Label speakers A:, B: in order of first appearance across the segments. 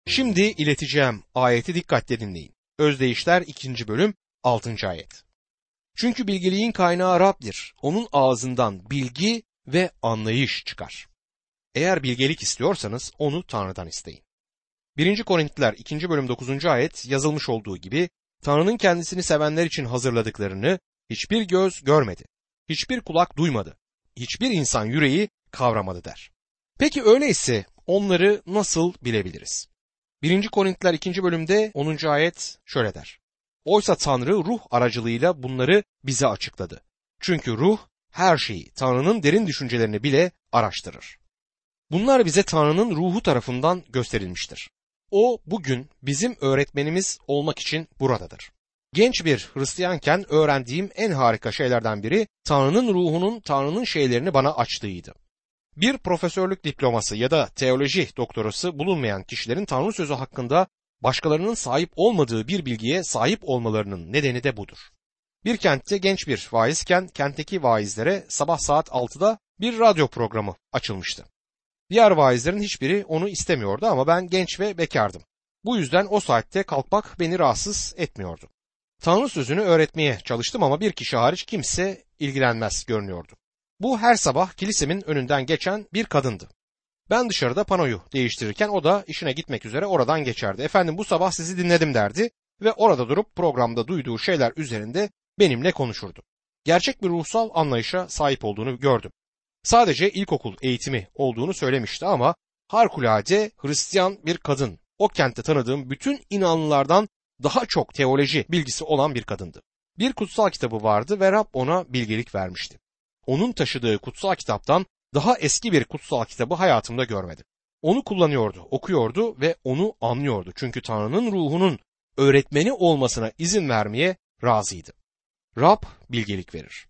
A: Şimdi ileteceğim ayeti dikkatle dinleyin. Özdeyişler 2. bölüm 6. ayet. Çünkü bilgeliğin kaynağı Rab'dir. Onun ağzından bilgi ve anlayış çıkar. Eğer bilgelik istiyorsanız onu Tanrı'dan isteyin. 1. Korintiler 2. bölüm 9. ayet yazılmış olduğu gibi Tanrı'nın kendisini sevenler için hazırladıklarını hiçbir göz görmedi, hiçbir kulak duymadı, hiçbir insan yüreği kavramadı der. Peki öyleyse onları nasıl bilebiliriz? 1. Korintiler 2. bölümde 10. ayet şöyle der. Oysa Tanrı ruh aracılığıyla bunları bize açıkladı. Çünkü ruh her şeyi, Tanrı'nın derin düşüncelerini bile araştırır. Bunlar bize Tanrı'nın ruhu tarafından gösterilmiştir. O bugün bizim öğretmenimiz olmak için buradadır. Genç bir Hristiyanken öğrendiğim en harika şeylerden biri Tanrı'nın ruhunun Tanrı'nın şeylerini bana açtığıydı. Bir profesörlük diploması ya da teoloji doktorası bulunmayan kişilerin Tanrı sözü hakkında başkalarının sahip olmadığı bir bilgiye sahip olmalarının nedeni de budur. Bir kentte genç bir vaizken kentteki vaizlere sabah saat 6'da bir radyo programı açılmıştı. Diğer vaizlerin hiçbiri onu istemiyordu ama ben genç ve bekardım. Bu yüzden o saatte kalkmak beni rahatsız etmiyordu. Tanrı sözünü öğretmeye çalıştım ama bir kişi hariç kimse ilgilenmez görünüyordu. Bu her sabah kilisemin önünden geçen bir kadındı. Ben dışarıda panoyu değiştirirken o da işine gitmek üzere oradan geçerdi. Efendim bu sabah sizi dinledim derdi ve orada durup programda duyduğu şeyler üzerinde benimle konuşurdu. Gerçek bir ruhsal anlayışa sahip olduğunu gördüm. Sadece ilkokul eğitimi olduğunu söylemişti ama harikulade Hristiyan bir kadın. O kentte tanıdığım bütün inanlılardan daha çok teoloji bilgisi olan bir kadındı. Bir kutsal kitabı vardı ve Rab ona bilgelik vermişti. Onun taşıdığı kutsal kitaptan daha eski bir kutsal kitabı hayatımda görmedim. Onu kullanıyordu, okuyordu ve onu anlıyordu. Çünkü Tanrı'nın ruhunun öğretmeni olmasına izin vermeye razıydı. Rab bilgelik verir.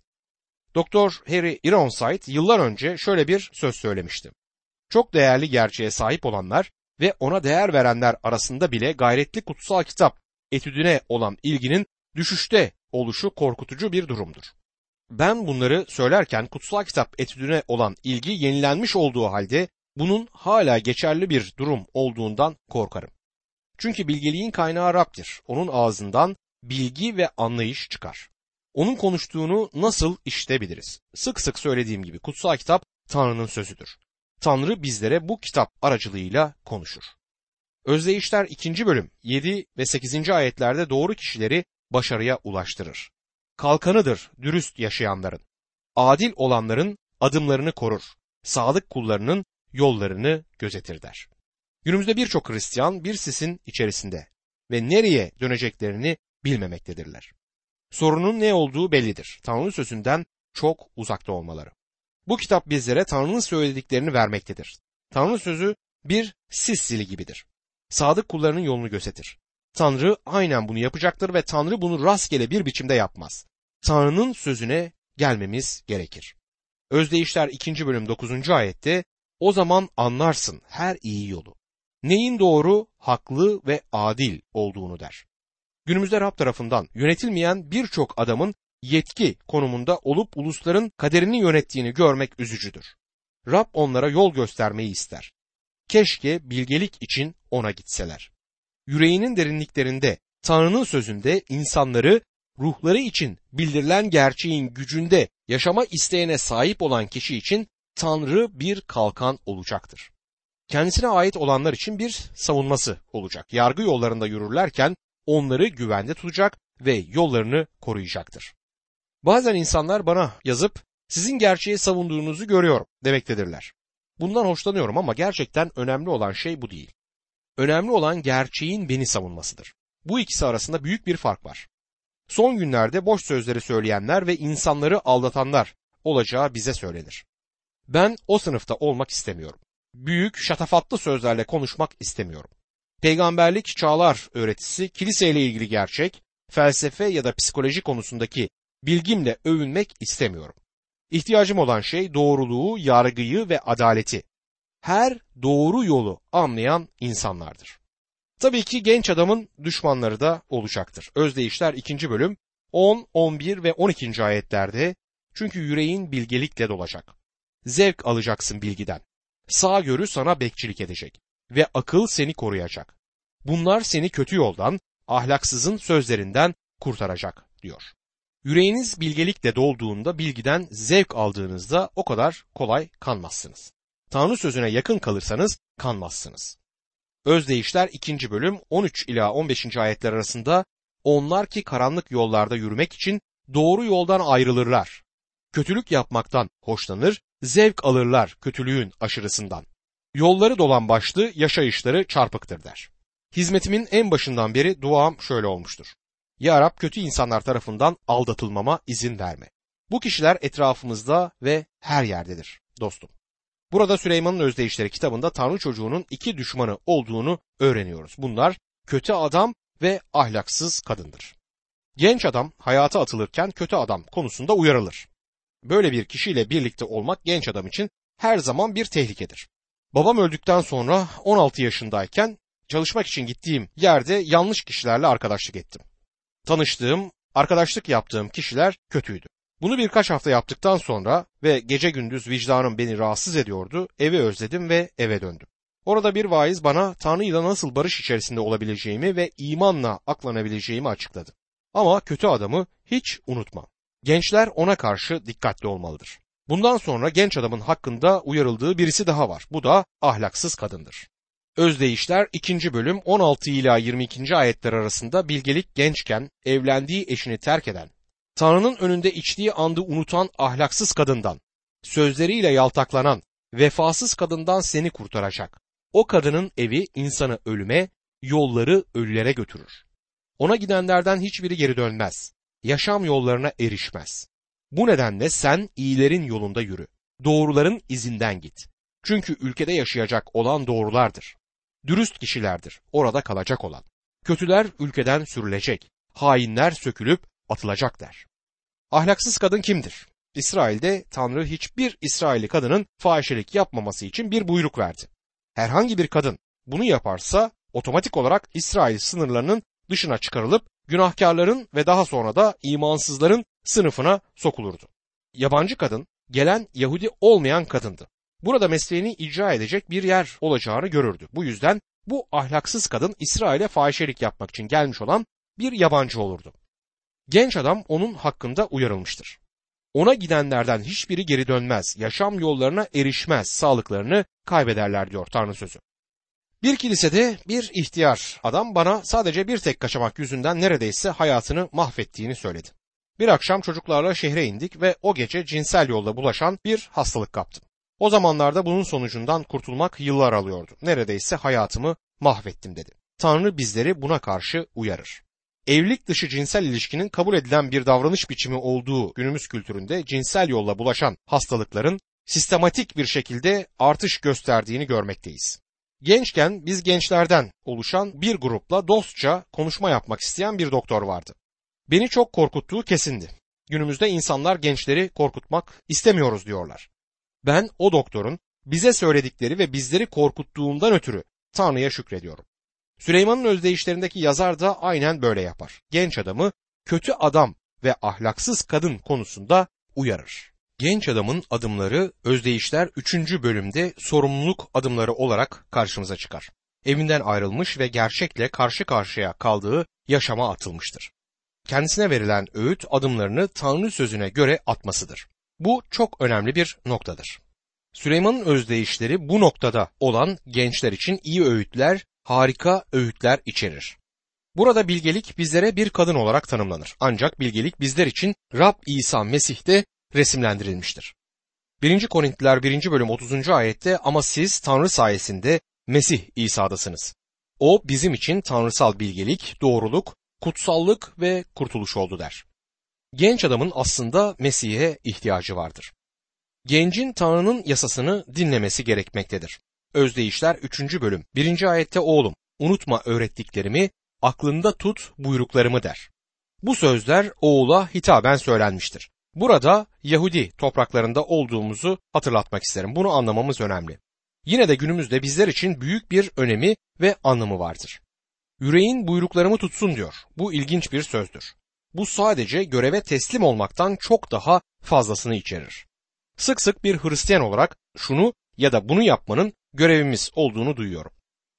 A: Doktor Harry Ironside yıllar önce şöyle bir söz söylemişti. Çok değerli gerçeğe sahip olanlar ve ona değer verenler arasında bile gayretli kutsal kitap etüdüne olan ilginin düşüşte oluşu korkutucu bir durumdur. Ben bunları söylerken kutsal kitap etüdüne olan ilgi yenilenmiş olduğu halde bunun hala geçerli bir durum olduğundan korkarım. Çünkü bilgeliğin kaynağı Rab'dir. Onun ağzından bilgi ve anlayış çıkar. Onun konuştuğunu nasıl işitebiliriz? Sık sık söylediğim gibi kutsal kitap Tanrı'nın sözüdür. Tanrı bizlere bu kitap aracılığıyla konuşur. Özdeyişler 2. bölüm 7 ve 8. ayetlerde doğru kişileri başarıya ulaştırır. Kalkanıdır dürüst yaşayanların. Adil olanların adımlarını korur. Sadık kullarının yollarını gözetir der. Günümüzde birçok Hristiyan bir sisin içerisinde ve nereye döneceklerini bilmemektedirler. Sorunun ne olduğu bellidir. Tanrı sözünden çok uzakta olmaları. Bu kitap bizlere Tanrı'nın söylediklerini vermektedir. Tanrı sözü bir sis zili gibidir. Sadık kullarının yolunu gözetir. Tanrı aynen bunu yapacaktır ve Tanrı bunu rastgele bir biçimde yapmaz. Tanrı'nın sözüne gelmemiz gerekir. Özdeyişler 2. bölüm 9. ayette o zaman anlarsın her iyi yolu. Neyin doğru, haklı ve adil olduğunu der. Günümüzde Rab tarafından yönetilmeyen birçok adamın yetki konumunda olup ulusların kaderini yönettiğini görmek üzücüdür. Rab onlara yol göstermeyi ister. Keşke bilgelik için ona gitseler. Yüreğinin derinliklerinde, Tanrı'nın sözünde insanları ruhları için bildirilen gerçeğin gücünde yaşama isteğine sahip olan kişi için Tanrı bir kalkan olacaktır. Kendisine ait olanlar için bir savunması olacak. Yargı yollarında yürürlerken onları güvende tutacak ve yollarını koruyacaktır. Bazen insanlar bana yazıp sizin gerçeği savunduğunuzu görüyorum demektedirler. Bundan hoşlanıyorum ama gerçekten önemli olan şey bu değil. Önemli olan gerçeğin beni savunmasıdır. Bu ikisi arasında büyük bir fark var. Son günlerde boş sözleri söyleyenler ve insanları aldatanlar olacağı bize söylenir. Ben o sınıfta olmak istemiyorum. Büyük, şatafatlı sözlerle konuşmak istemiyorum. Peygamberlik çağlar öğretisi, kiliseyle ilgili gerçek, felsefe ya da psikoloji konusundaki bilgimle övünmek istemiyorum. İhtiyacım olan şey doğruluğu, yargıyı ve adaleti. Her doğru yolu anlayan insanlardır. Tabii ki genç adamın düşmanları da olacaktır. Özdeyişler 2. bölüm 10, 11 ve 12. ayetlerde çünkü yüreğin bilgelikle dolacak. Zevk alacaksın bilgiden. Sağgörü sana bekçilik edecek ve akıl seni koruyacak. Bunlar seni kötü yoldan, ahlaksızın sözlerinden kurtaracak diyor. Yüreğiniz bilgelikle dolduğunda, bilgiden zevk aldığınızda o kadar kolay kanmazsınız. Tanrı sözüne yakın kalırsanız kanmazsınız. Özdeyişler 2. bölüm 13 ila 15. ayetler arasında onlar ki karanlık yollarda yürümek için doğru yoldan ayrılırlar. Kötülük yapmaktan hoşlanır, zevk alırlar kötülüğün aşırısından. Yolları dolambaçlı, yaşayışları çarpıktır der. Hizmetimin en başından beri duam şöyle olmuştur. Ya Rab, kötü insanlar tarafından aldatılmama izin verme. Bu kişiler etrafımızda ve her yerdedir dostum. Burada Süleyman'ın Özdeyişleri kitabında Tanrı çocuğunun iki düşmanı olduğunu öğreniyoruz. Bunlar kötü adam ve ahlaksız kadındır. Genç adam hayata atılırken kötü adam konusunda uyarılır. Böyle bir kişiyle birlikte olmak genç adam için her zaman bir tehlikedir. Babam öldükten sonra 16 yaşındayken çalışmak için gittiğim yerde yanlış kişilerle arkadaşlık ettim. Tanıştığım, arkadaşlık yaptığım kişiler kötüydü. Bunu birkaç hafta yaptıktan sonra ve gece gündüz vicdanım beni rahatsız ediyordu, evi özledim ve eve döndüm. Orada bir vaiz bana Tanrı ile nasıl barış içerisinde olabileceğimi ve imanla aklanabileceğimi açıkladı. Ama kötü adamı hiç unutmam. Gençler ona karşı dikkatli olmalıdır. Bundan sonra genç adamın hakkında uyarıldığı birisi daha var. Bu da ahlaksız kadındır. Özdeyişler 2. bölüm 16 ila 22. ayetler arasında bilgelik gençken evlendiği eşini terk eden, Tanrı'nın önünde içtiği andı unutan ahlaksız kadından, sözleriyle yaltaklanan, vefasız kadından seni kurtaracak. O kadının evi insanı ölüme, yolları ölülere götürür. Ona gidenlerden hiçbiri geri dönmez. Yaşam yollarına erişmez. Bu nedenle sen iyilerin yolunda yürü. Doğruların izinden git. Çünkü ülkede yaşayacak olan doğrulardır. Dürüst kişilerdir orada kalacak olan. Kötüler ülkeden sürülecek. Hainler sökülüp atılacak der. Ahlaksız kadın kimdir? İsrail'de Tanrı hiçbir İsrailli kadının fahişelik yapmaması için bir buyruk verdi. Herhangi bir kadın bunu yaparsa otomatik olarak İsrail sınırlarının dışına çıkarılıp günahkarların ve daha sonra da imansızların sınıfına sokulurdu. Yabancı kadın gelen Yahudi olmayan kadındı. Burada mesleğini icra edecek bir yer olacağını görürdü. Bu yüzden bu ahlaksız kadın İsrail'e fahişelik yapmak için gelmiş olan bir yabancı olurdu. Genç adam onun hakkında uyarılmıştır. Ona gidenlerden hiçbiri geri dönmez, yaşam yollarına erişmez, sağlıklarını kaybederler diyor Tanrı sözü. Bir kilisede bir ihtiyar adam bana sadece bir tek kaçamak yüzünden neredeyse hayatını mahvettiğini söyledi. Bir akşam çocuklarla şehre indik ve o gece cinsel yolla bulaşan bir hastalık kaptım. O zamanlarda bunun sonucundan kurtulmak yıllar alıyordu. Neredeyse hayatımı mahvettim dedi. Tanrı bizleri buna karşı uyarır. Evlilik dışı cinsel ilişkinin kabul edilen bir davranış biçimi olduğu günümüz kültüründe cinsel yolla bulaşan hastalıkların sistematik bir şekilde artış gösterdiğini görmekteyiz. Gençken biz gençlerden oluşan bir grupla dostça konuşma yapmak isteyen bir doktor vardı. Beni çok korkuttuğu kesindi. Günümüzde insanlar gençleri korkutmak istemiyoruz diyorlar. Ben o doktorun bize söyledikleri ve bizleri korkuttuğundan ötürü Tanrı'ya şükrediyorum. Süleyman'ın özdeyişlerindeki yazar da aynen böyle yapar. Genç adamı kötü adam ve ahlaksız kadın konusunda uyarır. Genç adamın adımları Özdeyişler 3. bölümde sorumluluk adımları olarak karşımıza çıkar. Evinden ayrılmış ve gerçekle karşı karşıya kaldığı yaşama atılmıştır. Kendisine verilen öğüt adımlarını Tanrı sözüne göre atmasıdır. Bu çok önemli bir noktadır. Süleyman'ın özdeyişleri bu noktada olan gençler için iyi öğütler, harika öğütler içerir. Burada bilgelik bizlere bir kadın olarak tanımlanır. Ancak bilgelik bizler için Rab İsa Mesih'te resimlendirilmiştir. 1. Korintiler 1. bölüm 30. ayette ama siz Tanrı sayesinde Mesih İsa'dasınız. O bizim için tanrısal bilgelik, doğruluk, kutsallık ve kurtuluş oldu der. Genç adamın aslında Mesih'e ihtiyacı vardır. Gencin Tanrı'nın yasasını dinlemesi gerekmektedir. Özdeyişler 3. bölüm 1. ayette oğlum unutma öğrettiklerimi, aklında tut buyruklarımı der. Bu sözler oğula hitaben söylenmiştir. Burada Yahudi topraklarında olduğumuzu hatırlatmak isterim. Bunu anlamamız önemli. Yine de günümüzde bizler için büyük bir önemi ve anlamı vardır. Yüreğin buyruklarımı tutsun diyor. Bu ilginç bir sözdür. Bu sadece göreve teslim olmaktan çok daha fazlasını içerir. Sık sık bir Hristiyan olarak şunu ya da bunu yapmanın görevimiz olduğunu duyuyorum.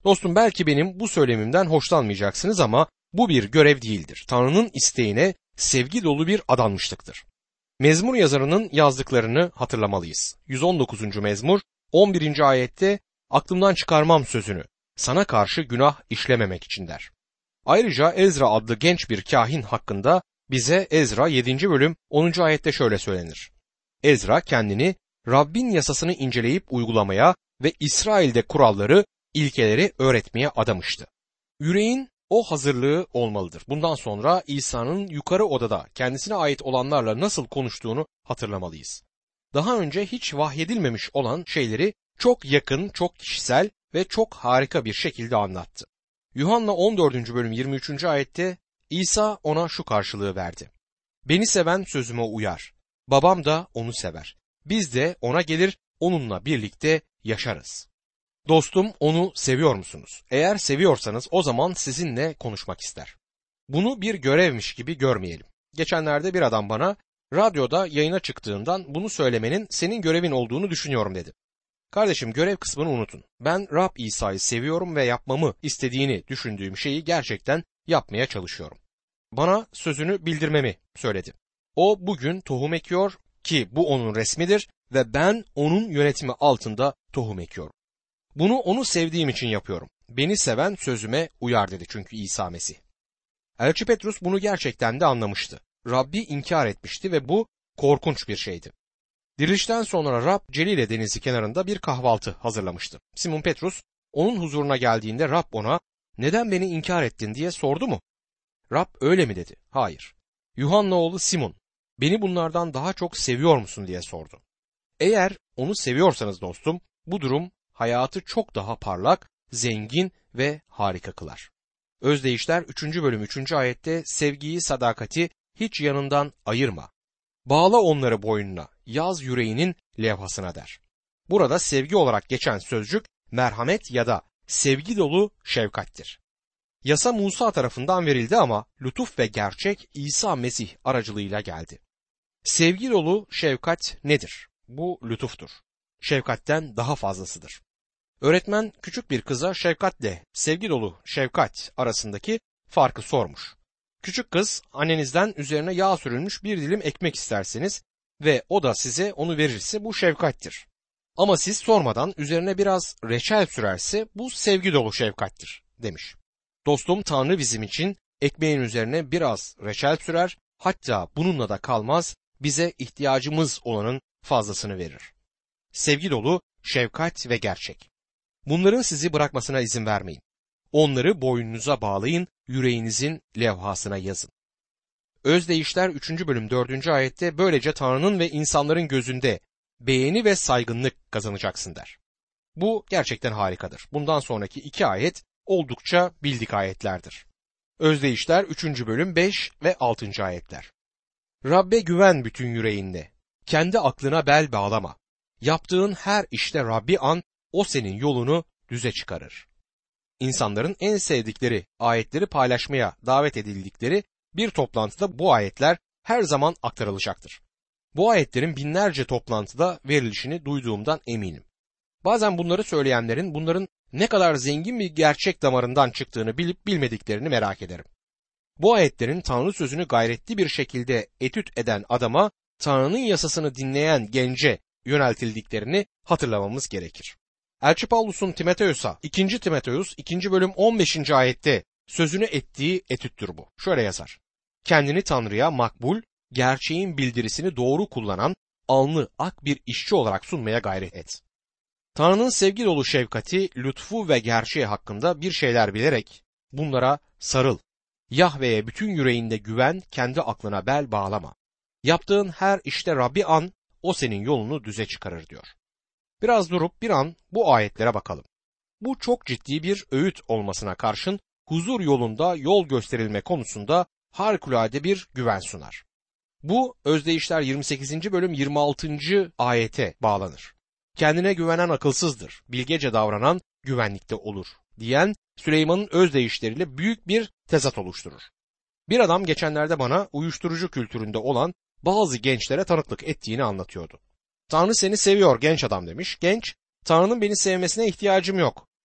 A: Dostum, belki benim bu söylemimden hoşlanmayacaksınız ama bu bir görev değildir. Tanrı'nın isteğine sevgi dolu bir adanmışlıktır. Mezmur yazarının yazdıklarını hatırlamalıyız. 119. mezmur 11. ayette aklımdan çıkarmam sözünü sana karşı günah işlememek için der. Ayrıca Ezra adlı genç bir kahin hakkında bize Ezra 7. bölüm 10. ayette şöyle söylenir. Ezra kendini Rabbin yasasını inceleyip uygulamaya ve İsrail'de kuralları, ilkeleri öğretmeye adamıştı. Yüreğin o hazırlığı olmalıdır. Bundan sonra İsa'nın yukarı odada kendisine ait olanlarla nasıl konuştuğunu hatırlamalıyız. Daha önce hiç vahyedilmemiş olan şeyleri çok yakın, çok kişisel ve çok harika bir şekilde anlattı. Yuhanna 14. bölüm 23. ayette İsa ona şu karşılığı verdi. Beni seven sözüme uyar. Babam da onu sever. Biz de ona gelir, onunla birlikte yaşarız. Dostum, onu seviyor musunuz? Eğer seviyorsanız o zaman sizinle konuşmak ister. Bunu bir görevmiş gibi görmeyelim. Geçenlerde bir adam bana radyoda yayına çıktığından bunu söylemenin senin görevin olduğunu düşünüyorum dedi. Kardeşim, görev kısmını unutun. Ben Rab İsa'yı seviyorum ve yapmamı istediğini düşündüğüm şeyi gerçekten yapmaya çalışıyorum. Bana sözünü bildirmemi söyledi. O bugün tohum ekiyor ki bu onun resmidir ve ben onun yönetimi altında tohum ekiyorum. Bunu onu sevdiğim için yapıyorum. Beni seven sözüme uyar dedi çünkü İsa Mesih. Elçi Petrus bunu gerçekten de anlamıştı. Rabbi inkar etmişti ve bu korkunç bir şeydi. Dirilişten sonra Rab Celile denizi kenarında bir kahvaltı hazırlamıştı. Simon Petrus onun huzuruna geldiğinde Rab ona neden beni inkar ettin diye sordu mu? Rab öyle mi dedi? Hayır. Yuhanna oğlu Simon, beni bunlardan daha çok seviyor musun diye sordu. Eğer onu seviyorsanız dostum, bu durum hayatı çok daha parlak, zengin ve harika kılar. Özdeyişler 3. bölüm 3. ayette sevgiyi, sadakati hiç yanından ayırma. Bağla onları boynuna, yaz yüreğinin levhasına der. Burada sevgi olarak geçen sözcük merhamet ya da sevgi dolu şefkattir. Yasa Musa tarafından verildi ama lütuf ve gerçek İsa Mesih aracılığıyla geldi. Sevgi dolu şefkat nedir? Bu lütuftur. Şefkatten daha fazlasıdır. Öğretmen küçük bir kıza şefkatle sevgi dolu şefkat arasındaki farkı sormuş. Küçük kız, annenizden üzerine yağ sürülmüş bir dilim ekmek isterseniz ve o da size onu verirse bu şefkattir. Ama siz sormadan üzerine biraz reçel sürerse bu sevgi dolu şefkattir demiş. Dostum, Tanrı bizim için ekmeğin üzerine biraz reçel sürer, hatta bununla da kalmaz, bize ihtiyacımız olanın fazlasını verir. Sevgi dolu şefkat ve gerçek. Bunların sizi bırakmasına izin vermeyin. Onları boynunuza bağlayın, yüreğinizin levhasına yazın. Özdeyişler 3. bölüm 4. ayette böylece Tanrı'nın ve insanların gözünde beğeni ve saygınlık kazanacaksın der. Bu gerçekten harikadır. Bundan sonraki 2 ayet oldukça bildik ayetlerdir. Özdeyişler 3. bölüm 5 ve 6. ayetler. Rabbe güven bütün yüreğinle. Kendi aklına bel bağlama. Yaptığın her işte Rabbi an, o senin yolunu düze çıkarır. İnsanların en sevdikleri ayetleri paylaşmaya davet edildikleri bir toplantıda bu ayetler her zaman aktarılacaktır. Bu ayetlerin binlerce toplantıda verilişini duyduğumdan eminim. Bazen bunları söyleyenlerin bunların ne kadar zengin bir gerçek damarından çıktığını bilip bilmediklerini merak ederim. Bu ayetlerin Tanrı sözünü gayretli bir şekilde etüt eden adama, Tanrı'nın yasasını dinleyen gence yöneltildiklerini hatırlamamız gerekir. Elçi Pavlus'un Timoteus'a 2. Timoteus 2. bölüm 15. ayette sözünü ettiği etüttür bu. Şöyle yazar. Kendini Tanrı'ya makbul, gerçeğin bildirisini doğru kullanan, alnı ak bir işçi olarak sunmaya gayret et. Tanrı'nın sevgi dolu şefkati, lütfu ve gerçeği hakkında bir şeyler bilerek bunlara sarıl. Yahve'ye bütün yüreğinde güven, kendi aklına bel bağlama. Yaptığın her işte Rabbi an, o senin yolunu düze çıkarır diyor. Biraz durup bir an bu ayetlere bakalım. Bu çok ciddi bir öğüt olmasına karşın huzur yolunda yol gösterilme konusunda harikulade bir güven sunar. Bu Özdeyişler 28. bölüm 26. ayete bağlanır. Kendine güvenen akılsızdır, bilgece davranan güvenlikte olur diyen Süleyman'ın özdeyişleriyle büyük bir tezat oluşturur. Bir adam geçenlerde bana uyuşturucu kültüründe olan bazı gençlere tanıklık ettiğini anlatıyordu. Tanrı seni seviyor genç adam demiş. Genç, Tanrı'nın beni sevmesine ihtiyacım yok.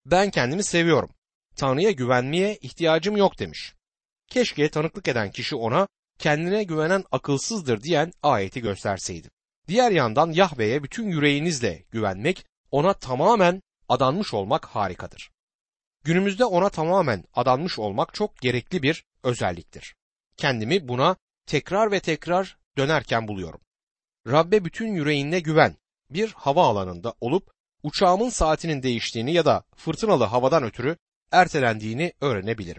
A: Ben kendimi seviyorum. Tanrı'ya güvenmeye ihtiyacım yok demiş. Keşke tanıklık eden kişi ona kendine güvenen akılsızdır diyen ayeti gösterseydi. Diğer yandan Yahve'ye bütün yüreğinizle güvenmek, ona tamamen adanmış olmak harikadır. Günümüzde ona tamamen adanmış olmak çok gerekli bir özelliktir. Kendimi buna tekrar ve tekrar dönerken buluyorum. Rabbe bütün yüreğinle güven. Bir hava alanında olup uçağımın saatinin değiştiğini ya da fırtınalı havadan ötürü ertelendiğini öğrenebilirim.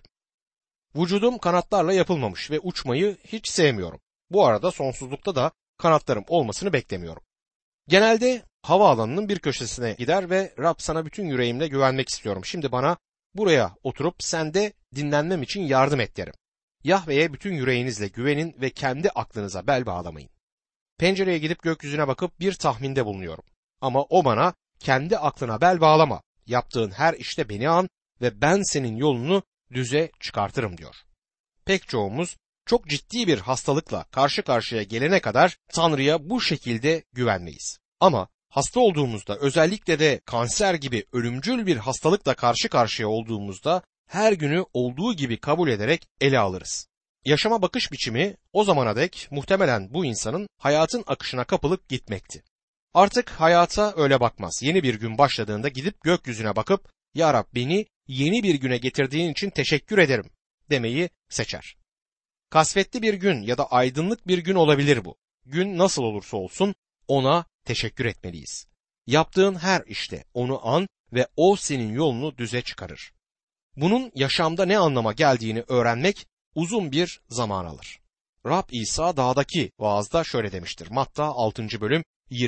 A: Vücudum kanatlarla yapılmamış ve uçmayı hiç sevmiyorum. Bu arada sonsuzlukta da kanatlarım olmasını beklemiyorum. Genelde havaalanının bir köşesine gider ve Rab sana bütün yüreğimle güvenmek istiyorum. Şimdi bana buraya oturup sende dinlenmem için yardım et derim. Yahve'ye bütün yüreğinizle güvenin ve kendi aklınıza bel bağlamayın. Pencereye gidip gökyüzüne bakıp bir tahminde bulunuyorum. Ama o bana kendi aklına bel bağlama. Yaptığın her işte beni an ve ben senin yolunu düze çıkartırım diyor. Pek çoğumuz çok ciddi bir hastalıkla karşı karşıya gelene kadar Tanrı'ya bu şekilde güvenmeyiz. Ama hasta olduğumuzda, özellikle de kanser gibi ölümcül bir hastalıkla karşı karşıya olduğumuzda her günü olduğu gibi kabul ederek ele alırız. Yaşama bakış biçimi o zamana dek muhtemelen bu insanın hayatın akışına kapılıp gitmekti. Artık hayata öyle bakmaz. Yeni bir gün başladığında gidip gökyüzüne bakıp "Ya Rab, beni yeni bir güne getirdiğin için teşekkür ederim" demeyi seçer. Kasvetli bir gün ya da aydınlık bir gün olabilir bu. Gün nasıl olursa olsun ona teşekkür etmeliyiz. Yaptığın her işte onu an ve o senin yolunu düze çıkarır. Bunun yaşamda ne anlama geldiğini öğrenmek uzun bir zaman alır. Rab İsa dağdaki vaazda şöyle demiştir. Matta 6. bölüm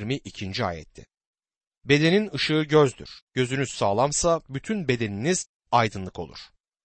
A: 22. ayette. Bedenin ışığı gözdür. Gözünüz sağlamsa bütün bedeniniz aydınlık olur.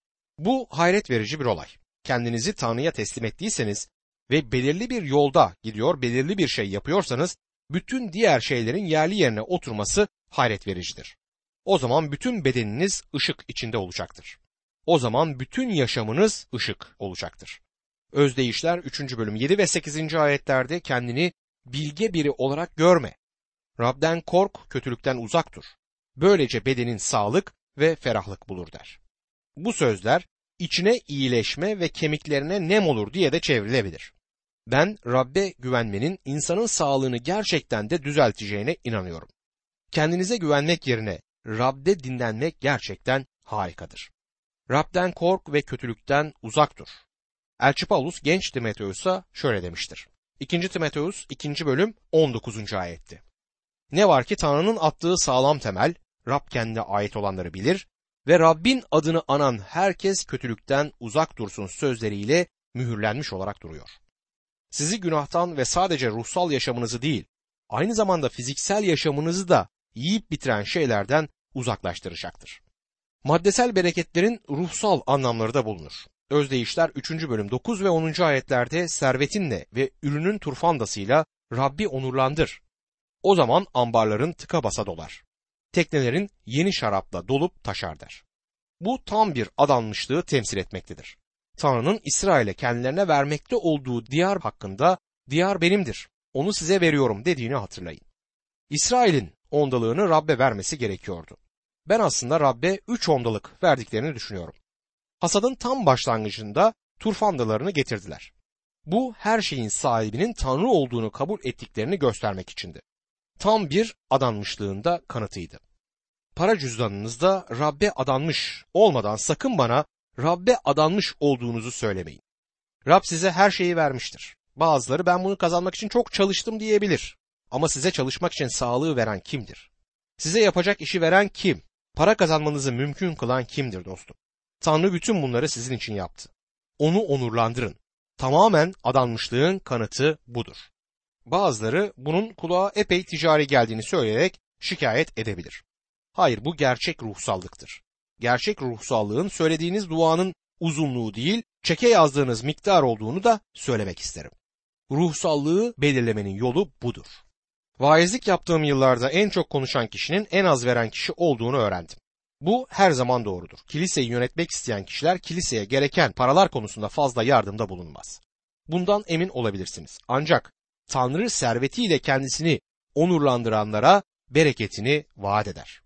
A: Bu hayret verici bir olay. Kendinizi Tanrı'ya teslim ettiyseniz ve belirli bir yolda gidiyor, belirli bir şey yapıyorsanız bütün diğer şeylerin yerli yerine oturması hayret vericidir. O zaman bütün bedeniniz ışık içinde olacaktır. O zaman bütün yaşamınız ışık olacaktır. Özdeyişler 3. bölüm 7 ve 8. ayetlerde kendini bilge biri olarak görme. Rab'den kork, kötülükten uzak dur. Böylece bedenin sağlık ve ferahlık bulur der. Bu sözler içine iyileşme ve kemiklerine nem olur diye de çevrilebilir. Ben Rab'be güvenmenin insanın sağlığını gerçekten de düzelteceğine inanıyorum. Kendinize güvenmek yerine Rab'de dinlenmek gerçekten harikadır. Rab'den kork ve kötülükten uzak dur. Elçi Paulus genç Timoteus'a şöyle demiştir. 2. Timoteus 2. bölüm 19. ayetti. Ne var ki Tanrı'nın attığı sağlam temel, Rab kendine ait olanları bilir ve Rabbin adını anan herkes kötülükten uzak dursun sözleriyle mühürlenmiş olarak duruyor. Sizi günahtan ve sadece ruhsal yaşamınızı değil, aynı zamanda fiziksel yaşamınızı da yiyip bitiren şeylerden uzaklaştıracaktır. Maddesel bereketlerin ruhsal anlamları da bulunur. Özdeyişler 3. bölüm 9 ve 10. ayetlerde servetinle ve ürünün turfandasıyla Rabbi onurlandır. O zaman ambarların tıka basa dolar. Teknelerin yeni şarapla dolup taşar der. Bu tam bir adanmışlığı temsil etmektedir. Tanrı'nın İsrail'e kendilerine vermekte olduğu diyar hakkında "Diyar benimdir, onu size veriyorum" dediğini hatırlayın. İsrail'in ondalığını Rab'be vermesi gerekiyordu. Ben aslında Rab'be 3 ondalık verdiklerini düşünüyorum. Hasadın tam başlangıcında turfandalarını getirdiler. Bu her şeyin sahibinin Tanrı olduğunu kabul ettiklerini göstermek içindi. Tam bir adanmışlığında kanıtıydı. Para cüzdanınızda Rab'be adanmış olmadan sakın bana Rab'be adanmış olduğunuzu söylemeyin. Rab size her şeyi vermiştir. Bazıları ben bunu kazanmak için çok çalıştım diyebilir. Ama size çalışmak için sağlığı veren kimdir? Size yapacak işi veren kim? Para kazanmanızı mümkün kılan kimdir dostum? Tanrı bütün bunları sizin için yaptı. Onu onurlandırın. Tamamen adanmışlığın kanıtı budur. Bazıları bunun kulağa epey ticari geldiğini söyleyerek şikayet edebilir. Hayır, bu gerçek ruhsallıktır. Gerçek ruhsallığın söylediğiniz duanın uzunluğu değil, çeke yazdığınız miktar olduğunu da söylemek isterim. Ruhsallığı belirlemenin yolu budur. Vaizlik yaptığım yıllarda en çok konuşan kişinin en az veren kişi olduğunu öğrendim. Bu her zaman doğrudur. Kiliseyi yönetmek isteyen kişiler kiliseye gereken paralar konusunda fazla yardımda bulunmaz. Bundan emin olabilirsiniz. Ancak Tanrı servetiyle kendisini onurlandıranlara bereketini vaat eder.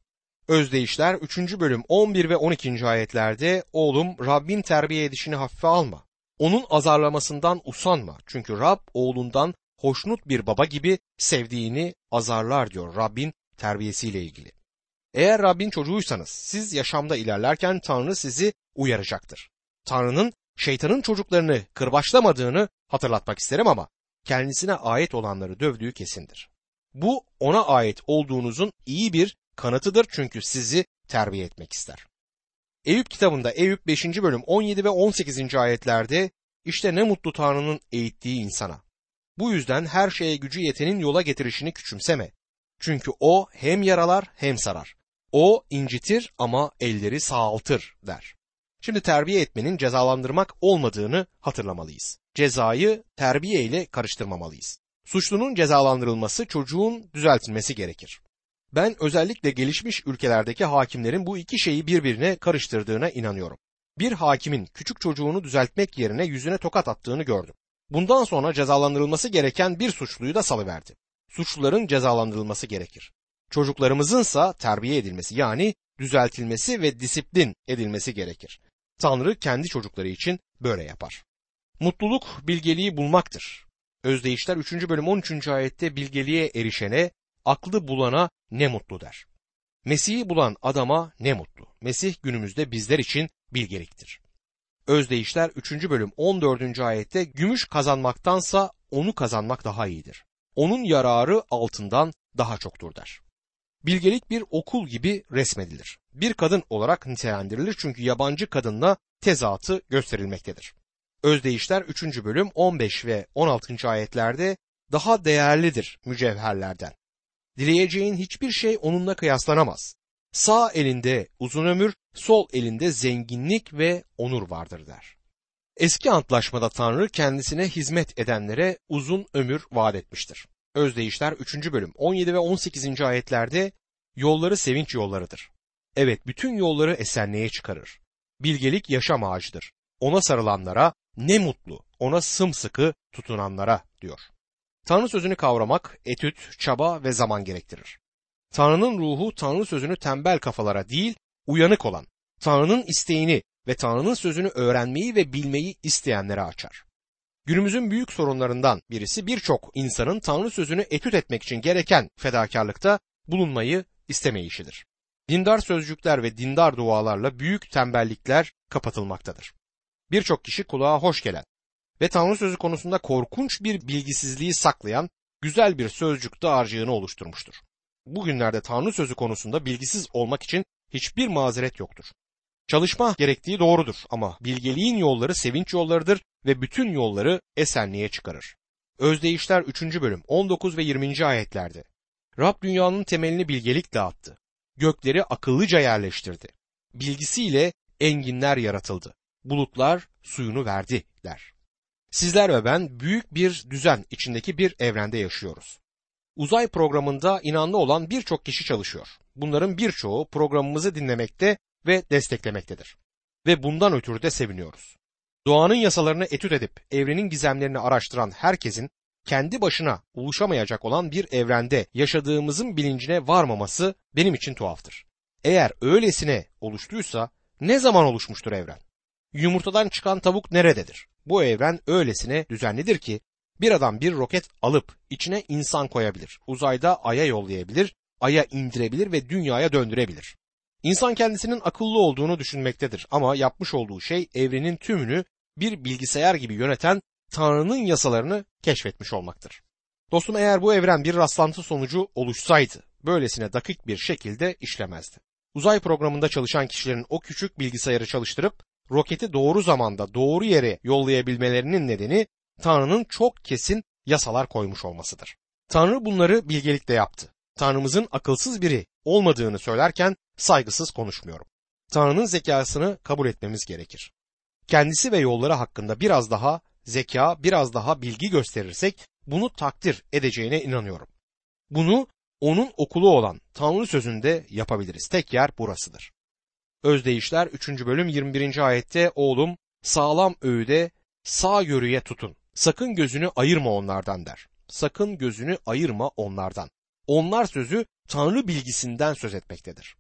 A: Özdeyişler 3. bölüm 11 ve 12. ayetlerde oğlum Rabbin terbiye edişini hafife alma. Onun azarlamasından usanma. Çünkü Rab oğlundan hoşnut bir baba gibi sevdiğini azarlar diyor Rabbin terbiyesiyle ilgili. Eğer Rabbin çocuğuysanız siz yaşamda ilerlerken Tanrı sizi uyaracaktır. Tanrı'nın şeytanın çocuklarını kırbaçlamadığını hatırlatmak isterim ama kendisine ait olanları dövdüğü kesindir. Bu ona ait olduğunuzun iyi bir kanıtıdır çünkü sizi terbiye etmek ister. Eyüp kitabında Eyüp 5. bölüm 17 ve 18. ayetlerde işte ne mutlu Tanrı'nın eğittiği insana. Bu yüzden her şeye gücü yetenin yola getirişini küçümseme. Çünkü o hem yaralar hem sarar. O incitir ama elleri sağaltır der. Şimdi terbiye etmenin cezalandırmak olmadığını hatırlamalıyız. Cezayı terbiye ile karıştırmamalıyız. Suçlunun cezalandırılması, çocuğun düzeltilmesi gerekir. Ben özellikle gelişmiş ülkelerdeki hakimlerin bu iki şeyi birbirine karıştırdığına inanıyorum. Bir hakimin küçük çocuğunu düzeltmek yerine yüzüne tokat attığını gördüm. Bundan sonra cezalandırılması gereken bir suçluyu da salıverdi. Suçluların cezalandırılması gerekir. Çocuklarımızınsa terbiye edilmesi yani düzeltilmesi ve disiplin edilmesi gerekir. Tanrı kendi çocukları için böyle yapar. Mutluluk bilgeliği bulmaktır. Özdeyişler 3. bölüm 13. ayette bilgeliğe erişene, aklı bulana ne mutlu der. Mesih'i bulan adama ne mutlu. Mesih günümüzde bizler için bilgeliktir. Özdeyişler 3. bölüm 14. ayette gümüş kazanmaktansa onu kazanmak daha iyidir. Onun yararı altından daha çoktur der. Bilgelik bir okul gibi resmedilir. Bir kadın olarak nitelendirilir çünkü yabancı kadınla tezatı gösterilmektedir. Özdeyişler 3. bölüm 15 ve 16. ayetlerde daha değerlidir mücevherlerden. Dileyeceğin hiçbir şey onunla kıyaslanamaz. Sağ elinde uzun ömür, sol elinde zenginlik ve onur vardır der. Eski antlaşmada Tanrı kendisine hizmet edenlere uzun ömür vaat etmiştir. Özdeyişler 3. bölüm 17 ve 18. ayetlerde yolları sevinç yollarıdır. Evet, bütün yolları esenliğe çıkarır. Bilgelik yaşam ağacıdır. Ona sarılanlara ne mutlu, ona sımsıkı tutunanlara diyor. Tanrı sözünü kavramak etüt, çaba ve zaman gerektirir. Tanrı'nın ruhu Tanrı sözünü tembel kafalara değil, uyanık olan, Tanrı'nın isteğini ve Tanrı'nın sözünü öğrenmeyi ve bilmeyi isteyenlere açar. Günümüzün büyük sorunlarından birisi birçok insanın Tanrı sözünü etüt etmek için gereken fedakarlıkta bulunmayı istemeyişidir. Dindar sözcükler ve dindar dualarla büyük tembellikler kapatılmaktadır. Birçok kişi kulağa hoş gelen ve Tanrı sözü konusunda korkunç bir bilgisizliği saklayan güzel bir sözcük dağarcığını oluşturmuştur. Bugünlerde Tanrı sözü konusunda bilgisiz olmak için hiçbir mazeret yoktur. Çalışma gerektiği doğrudur ama bilgeliğin yolları sevinç yollarıdır ve bütün yolları esenliğe çıkarır. Özdeyişler 3. bölüm 19 ve 20. ayetlerde Rab dünyanın temelini bilgelikle attı. Gökleri akıllıca yerleştirdi. Bilgisiyle enginler yaratıldı. Bulutlar suyunu verdi der. Sizler ve ben büyük bir düzen içindeki bir evrende yaşıyoruz. Uzay programında inanlı olan birçok kişi çalışıyor. Bunların birçoğu programımızı dinlemekte ve desteklemektedir. Ve bundan ötürü de seviniyoruz. Doğanın yasalarını etüt edip evrenin gizemlerini araştıran herkesin kendi başına oluşamayacak olan bir evrende yaşadığımızın bilincine varmaması benim için tuhaftır. Eğer öylesine oluştuysa ne zaman oluşmuştur evren? Yumurtadan çıkan tavuk nerededir? Bu evren öylesine düzenlidir ki bir adam bir roket alıp içine insan koyabilir. Uzayda aya yollayabilir, aya indirebilir ve dünyaya döndürebilir. İnsan kendisinin akıllı olduğunu düşünmektedir ama yapmış olduğu şey evrenin tümünü bir bilgisayar gibi yöneten Tanrı'nın yasalarını keşfetmiş olmaktır. Dostum, eğer bu evren bir rastlantı sonucu oluşsaydı böylesine dakik bir şekilde işlemezdi. Uzay programında çalışan kişilerin o küçük bilgisayarı çalıştırıp roketi doğru zamanda doğru yere yollayabilmelerinin nedeni Tanrı'nın çok kesin yasalar koymuş olmasıdır. Tanrı bunları bilgelikle yaptı. Tanrımızın akılsız biri olmadığını söylerken saygısız konuşmuyorum. Tanrı'nın zekasını kabul etmemiz gerekir. Kendisi ve yolları hakkında biraz daha zeka, biraz daha bilgi gösterirsek bunu takdir edeceğine inanıyorum. Bunu onun okulu olan Tanrı sözünde yapabiliriz. Tek yer burasıdır. Özdeyişler 3. bölüm 21. ayette oğlum sağlam öğüde sağ yörüye tutun. Sakın gözünü ayırma onlardan der. Sakın gözünü ayırma onlardan. Onlar sözü Tanrı bilgisinden söz etmektedir.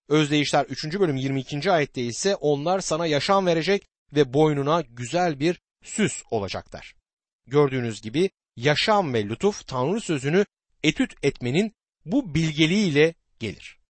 A: Özdeyişler 3. bölüm 22. ayette ise onlar sana yaşam verecek ve boynuna güzel bir süs olacaklar. Gördüğünüz gibi yaşam ve lütuf Tanrı sözünü etüt etmenin bu bilgeliğiyle gelir.